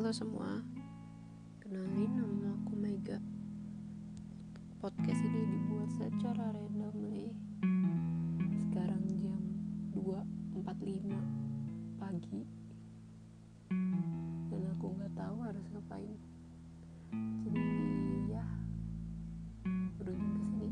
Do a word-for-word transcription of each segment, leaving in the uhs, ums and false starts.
Halo semua, kenalin nama aku Mega. Podcast ini dibuat secara randomly. Sekarang jam dua empat puluh lima pagi dan aku gak tahu harus ngapain. Jadi ya, beruntung kesini.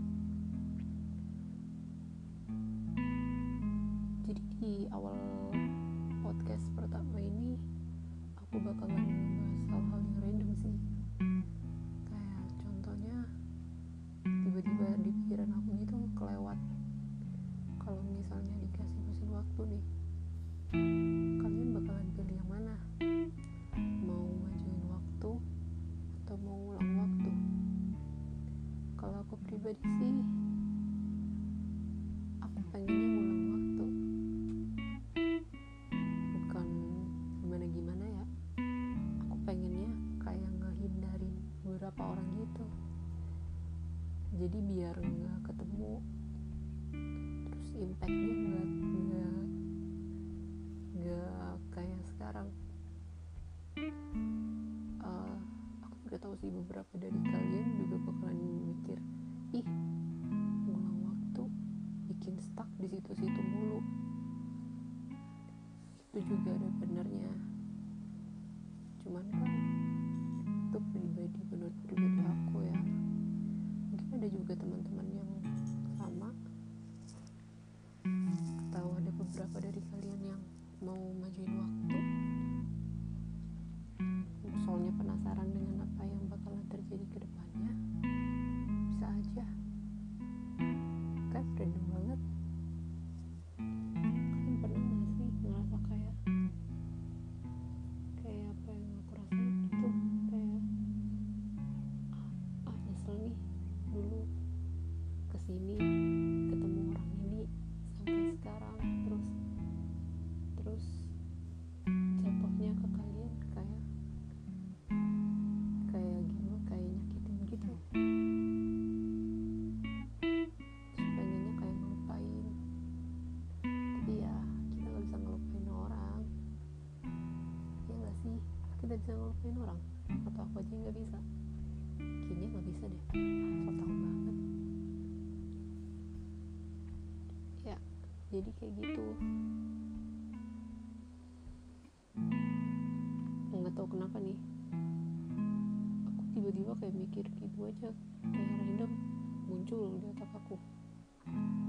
Jadi di awal podcast pertama ini aku bakalan membahas hal-hal yang random sih. Kayak contohnya tiba-tiba di pikiran aku gitu kelewat, kalau misalnya dikasih mesin waktu nih, kalian bakalan pilih yang mana? Mau majuin waktu atau mau ngulang waktu? Kalau aku pribadi sih, aku pengennya ngulang waktu. Bukan gimana-gimana ya, aku pengennya kayak ngehindarin beberapa orang gitu. Jadi biar nggak ketemu, terus impactnya nggak nggak nggak kayak sekarang. Uh, aku udah tahu sih beberapa dari kalian juga bakalan mikir, ih ngulang waktu bikin stuck di situ-situ mulu. Itu juga ada benernya. Cuman kan itu pribadi, menurut pribadi aku ya. Mungkin ada juga teman-teman yang sama, atau ada beberapa dari kalian yang mau majuin waktu soalnya penasaran dengan apa yang bakalan terjadi ke depannya. Bisa aja, kan random banget. Kalian pernah gak sih ngerasa kayak kayak apa yang aku rasain itu, kayak ah, ah nyesel nih dulu kesini ketemu orang ini sampai sekarang, terus terus jatuhnya ke kalian kayak kayak gimana, kayak nyakitin gitu. Terus pengennya kayak ngelupain, tapi ya kita gak bisa ngelupain orang, ya gak sih? Kita bisa ngelupain orang, atau aku aja gak bisa? Kayaknya gak bisa deh, so tau banget ya. Jadi kayak gitu, nggak tahu kenapa nih, aku tiba-tiba kayak mikir gitu aja, kayak random muncul di otak aku.